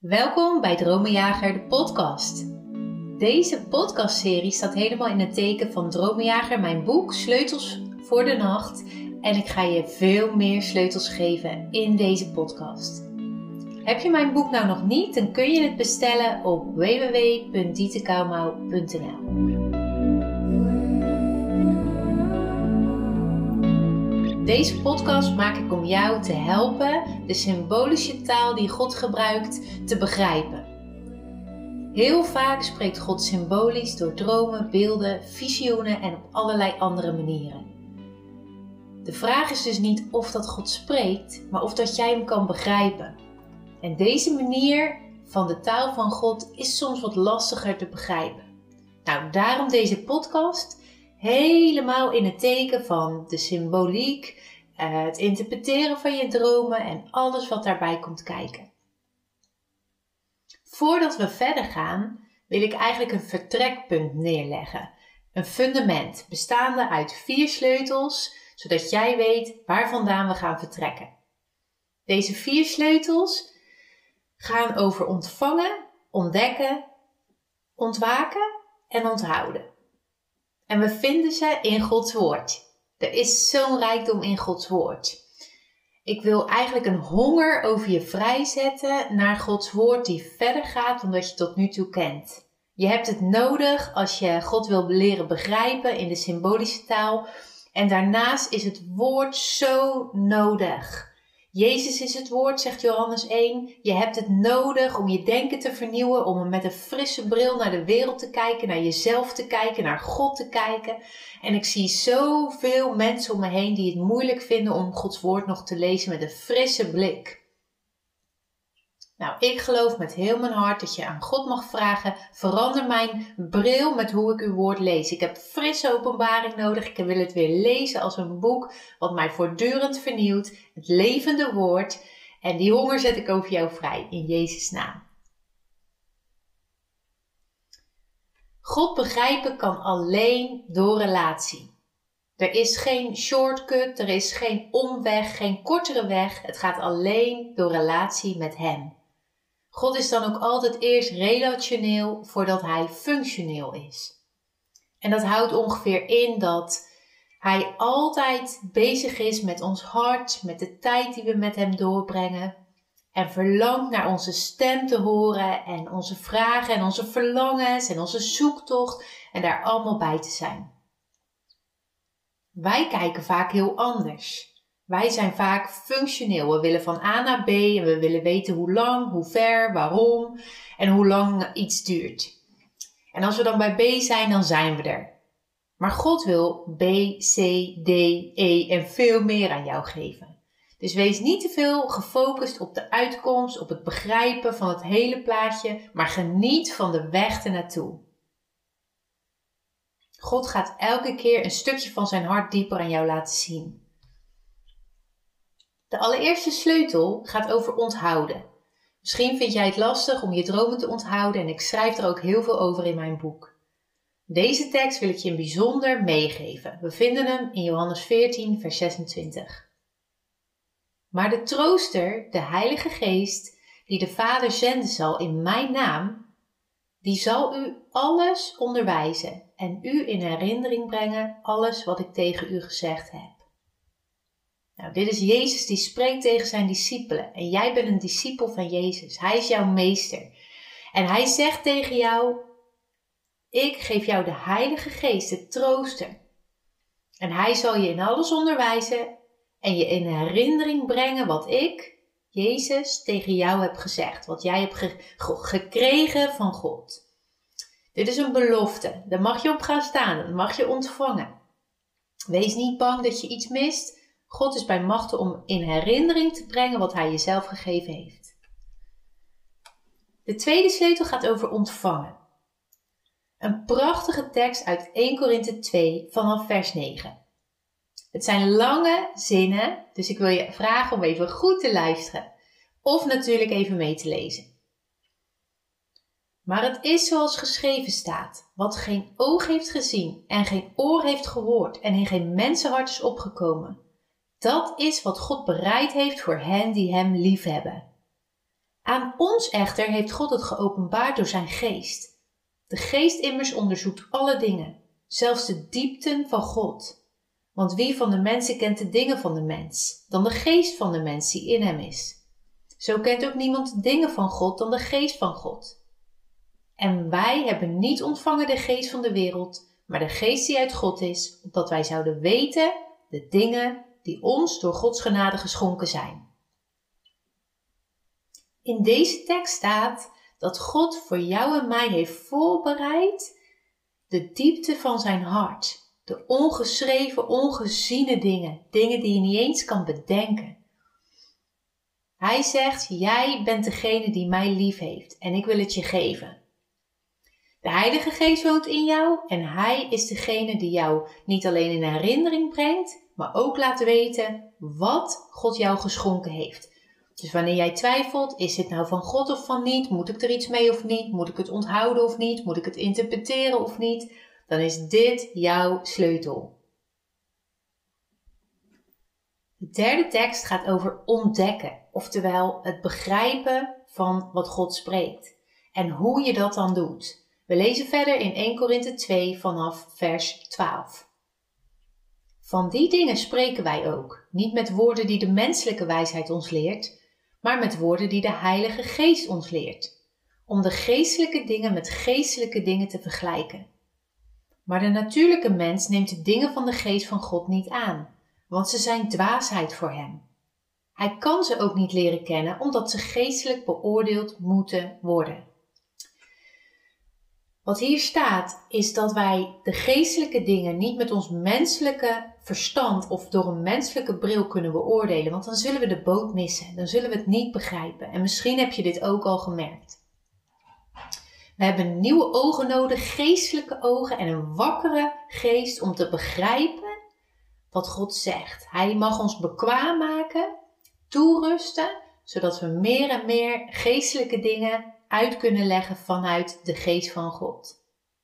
Welkom bij Dromenjager, de podcast. Deze podcastserie staat helemaal in het teken van Dromenjager, mijn boek Sleutels voor de Nacht. En ik ga je veel meer sleutels geven in deze podcast. Heb je mijn boek nou nog niet, dan kun je het bestellen op www.dietekouwmouw.nl. Deze podcast maak ik om jou te helpen de symbolische taal die God gebruikt te begrijpen. Heel vaak spreekt God symbolisch door dromen, beelden, visioenen en op allerlei andere manieren. De vraag is dus niet of dat God spreekt, maar of dat jij hem kan begrijpen. En deze manier van de taal van God is soms wat lastiger te begrijpen. Nou, daarom deze podcast helemaal in het teken van de symboliek, het interpreteren van je dromen en alles wat daarbij komt kijken. Voordat we verder gaan, wil ik eigenlijk een vertrekpunt neerleggen. Een fundament bestaande uit 4 sleutels, zodat jij weet waar vandaan we gaan vertrekken. Deze 4 sleutels gaan over ontvangen, ontdekken, ontwaken en onthouden. En we vinden ze in Gods woord. Er is zo'n rijkdom in Gods woord. Ik wil eigenlijk een honger over je vrijzetten naar Gods woord die verder gaat dan dat je tot nu toe kent. Je hebt het nodig als je God wil leren begrijpen in de symbolische taal. En daarnaast is het woord zo nodig. Jezus is het woord, zegt Johannes 1. Je hebt het nodig om je denken te vernieuwen, om met een frisse bril naar de wereld te kijken, naar jezelf te kijken, naar God te kijken. En ik zie zoveel mensen om me heen die het moeilijk vinden om Gods woord nog te lezen met een frisse blik. Nou, ik geloof met heel mijn hart dat je aan God mag vragen, verander mijn bril met hoe ik uw woord lees. Ik heb frisse openbaring nodig. Ik wil het weer lezen als een boek wat mij voortdurend vernieuwt. Het levende woord. En die honger zet ik over jou vrij in Jezus' naam. God begrijpen kan alleen door relatie. Er is geen shortcut, er is geen omweg, geen kortere weg. Het gaat alleen door relatie met Hem. God is dan ook altijd eerst relationeel voordat Hij functioneel is. En dat houdt ongeveer in dat Hij altijd bezig is met ons hart, met de tijd die we met Hem doorbrengen. En verlangt naar onze stem te horen en onze vragen en onze verlangens en onze zoektocht en daar allemaal bij te zijn. Wij kijken vaak heel anders. Wij zijn vaak functioneel. We willen van A naar B en we willen weten hoe lang, hoe ver, waarom en hoe lang iets duurt. En als we dan bij B zijn, dan zijn we er. Maar God wil B, C, D, E en veel meer aan jou geven. Dus wees niet te veel gefocust op de uitkomst, op het begrijpen van het hele plaatje, maar geniet van de weg ernaartoe. God gaat elke keer een stukje van zijn hart dieper aan jou laten zien. De allereerste sleutel gaat over onthouden. Misschien vind jij het lastig om je dromen te onthouden en ik schrijf er ook heel veel over in mijn boek. Deze tekst wil ik je in bijzonder meegeven. We vinden hem in Johannes 14, vers 26. Maar de trooster, de Heilige Geest, die de Vader zenden zal in mijn naam, die zal u alles onderwijzen en u in herinnering brengen alles wat ik tegen u gezegd heb. Nou, dit is Jezus die spreekt tegen zijn discipelen en jij bent een discipel van Jezus. Hij is jouw meester. En hij zegt tegen jou, ik geef jou de Heilige Geest, de trooster. En hij zal je in alles onderwijzen en je in herinnering brengen wat ik, Jezus, tegen jou heb gezegd. Wat jij hebt gekregen van God. Dit is een belofte. Daar mag je op gaan staan. Dat mag je ontvangen. Wees niet bang dat je iets mist. God is bij machte om in herinnering te brengen wat hij jezelf gegeven heeft. De tweede sleutel gaat over ontvangen. Een prachtige tekst uit 1 Korinthe 2 vanaf vers 9. Het zijn lange zinnen, dus ik wil je vragen om even goed te luisteren. Of natuurlijk even mee te lezen. Maar het is zoals geschreven staat, wat geen oog heeft gezien en geen oor heeft gehoord en in geen mensenhart is opgekomen. Dat is wat God bereid heeft voor hen die hem liefhebben. Aan ons echter heeft God het geopenbaard door zijn geest. De geest immers onderzoekt alle dingen, zelfs de diepten van God. Want wie van de mensen kent de dingen van de mens, dan de geest van de mens die in hem is? Zo kent ook niemand de dingen van God dan de geest van God. En wij hebben niet ontvangen de geest van de wereld, maar de geest die uit God is, opdat wij zouden weten de dingen die ons door Gods genade geschonken zijn. In deze tekst staat dat God voor jou en mij heeft voorbereid de diepte van zijn hart. De ongeschreven, ongeziene dingen. Dingen die je niet eens kan bedenken. Hij zegt, jij bent degene die mij lief heeft en ik wil het je geven. De Heilige Geest woont in jou en hij is degene die jou niet alleen in herinnering brengt, maar ook laat weten wat God jou geschonken heeft. Dus wanneer jij twijfelt, is dit nou van God of van niet? Moet ik er iets mee of niet? Moet ik het onthouden of niet? Moet ik het interpreteren of niet? Dan is dit jouw sleutel. De derde tekst gaat over ontdekken, oftewel het begrijpen van wat God spreekt. En hoe je dat dan doet. We lezen verder in 1 Korinthe 2 vanaf vers 12. Van die dingen spreken wij ook, niet met woorden die de menselijke wijsheid ons leert, maar met woorden die de Heilige Geest ons leert, om de geestelijke dingen met geestelijke dingen te vergelijken. Maar de natuurlijke mens neemt de dingen van de Geest van God niet aan, want ze zijn dwaasheid voor hem. Hij kan ze ook niet leren kennen, omdat ze geestelijk beoordeeld moeten worden. Wat hier staat, is dat wij de geestelijke dingen niet met ons menselijke verstand of door een menselijke bril kunnen beoordelen, want dan zullen we de boot missen, dan zullen we het niet begrijpen. En misschien heb je dit ook al gemerkt. We hebben nieuwe ogen nodig, geestelijke ogen en een wakkere geest om te begrijpen wat God zegt. Hij mag ons bekwaam maken, toerusten, zodat we meer en meer geestelijke dingen uit kunnen leggen vanuit de geest van God.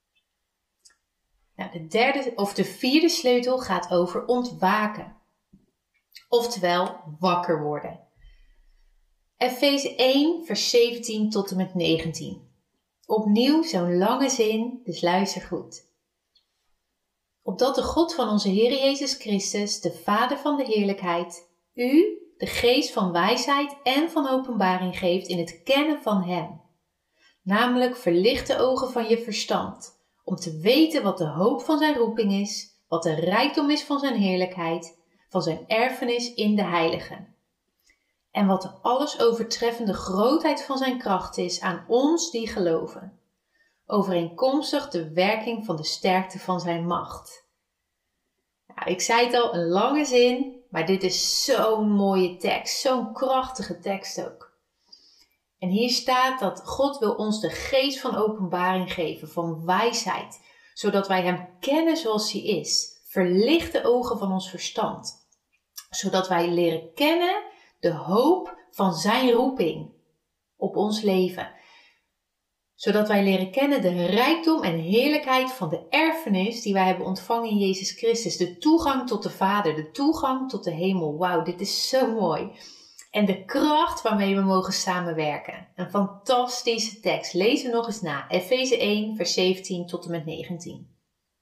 Nou, de vierde sleutel gaat over ontwaken. Oftewel wakker worden. Efeze 1 vers 17 tot en met 19. Opnieuw zo'n lange zin, dus luister goed. Opdat de God van onze Heer Jezus Christus, de Vader van de heerlijkheid, u de geest van wijsheid en van openbaring geeft in het kennen van hem. Namelijk verlicht de ogen van je verstand, om te weten wat de hoop van zijn roeping is, wat de rijkdom is van zijn heerlijkheid, van zijn erfenis in de heiligen. En wat de alles overtreffende grootheid van zijn kracht is aan ons die geloven, overeenkomstig de werking van de sterkte van zijn macht. Nou, ik zei het al, een lange zin, maar dit is zo'n mooie tekst, zo'n krachtige tekst ook. En hier staat dat God wil ons de geest van openbaring geven, van wijsheid, zodat wij hem kennen zoals hij is. Verlicht de ogen van ons verstand, zodat wij leren kennen de hoop van zijn roeping op ons leven. Zodat wij leren kennen de rijkdom en heerlijkheid van de erfenis die wij hebben ontvangen in Jezus Christus. De toegang tot de Vader, de toegang tot de hemel. Wauw, dit is zo mooi. En de kracht waarmee we mogen samenwerken. Een fantastische tekst. Lees hem nog eens na. Efeze 1 vers 17 tot en met 19.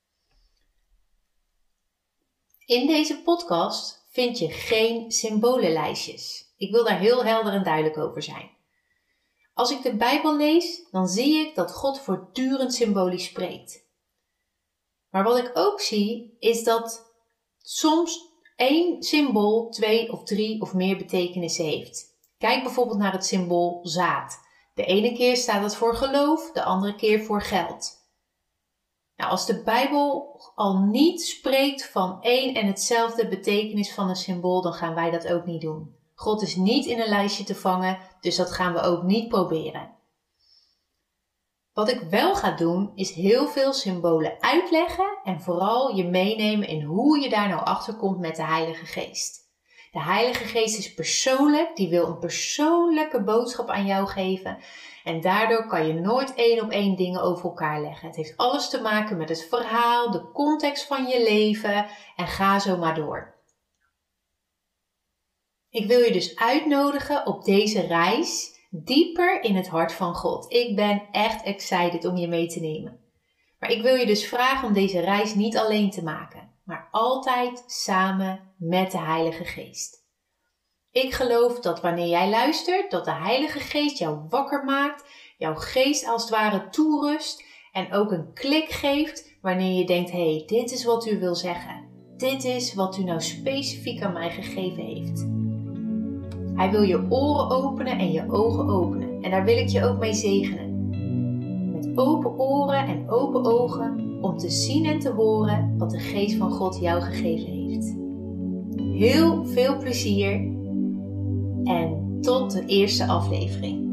In deze podcast vind je geen symbolenlijstjes. Ik wil daar heel helder en duidelijk over zijn. Als ik de Bijbel lees, dan zie ik dat God voortdurend symbolisch spreekt. Maar wat ik ook zie, is dat soms één symbool 2 of 3 of meer betekenissen heeft. Kijk bijvoorbeeld naar het symbool zaad. De ene keer staat het voor geloof, de andere keer voor geld. Nou, als de Bijbel al niet spreekt van één en hetzelfde betekenis van een symbool, dan gaan wij dat ook niet doen. God is niet in een lijstje te vangen, dus dat gaan we ook niet proberen. Wat ik wel ga doen, is heel veel symbolen uitleggen en vooral je meenemen in hoe je daar nou achter komt met de Heilige Geest. De Heilige Geest is persoonlijk, die wil een persoonlijke boodschap aan jou geven. En daardoor kan je nooit 1-op-1 dingen over elkaar leggen. Het heeft alles te maken met het verhaal, de context van je leven en ga zo maar door. Ik wil je dus uitnodigen op deze reis Dieper in het hart van God. Ik ben echt excited om je mee te nemen. Maar ik wil je dus vragen om deze reis niet alleen te maken, maar altijd samen met de Heilige Geest. Ik geloof dat wanneer jij luistert, dat de Heilige Geest jou wakker maakt, jouw geest als het ware toerust en ook een klik geeft wanneer je denkt, hé, dit is wat u wil zeggen. Dit is wat u nou specifiek aan mij gegeven heeft. Hij wil je oren openen en je ogen openen. En daar wil ik je ook mee zegenen. Met open oren en open ogen om te zien en te horen wat de Geest van God jou gegeven heeft. Heel veel plezier en tot de eerste aflevering.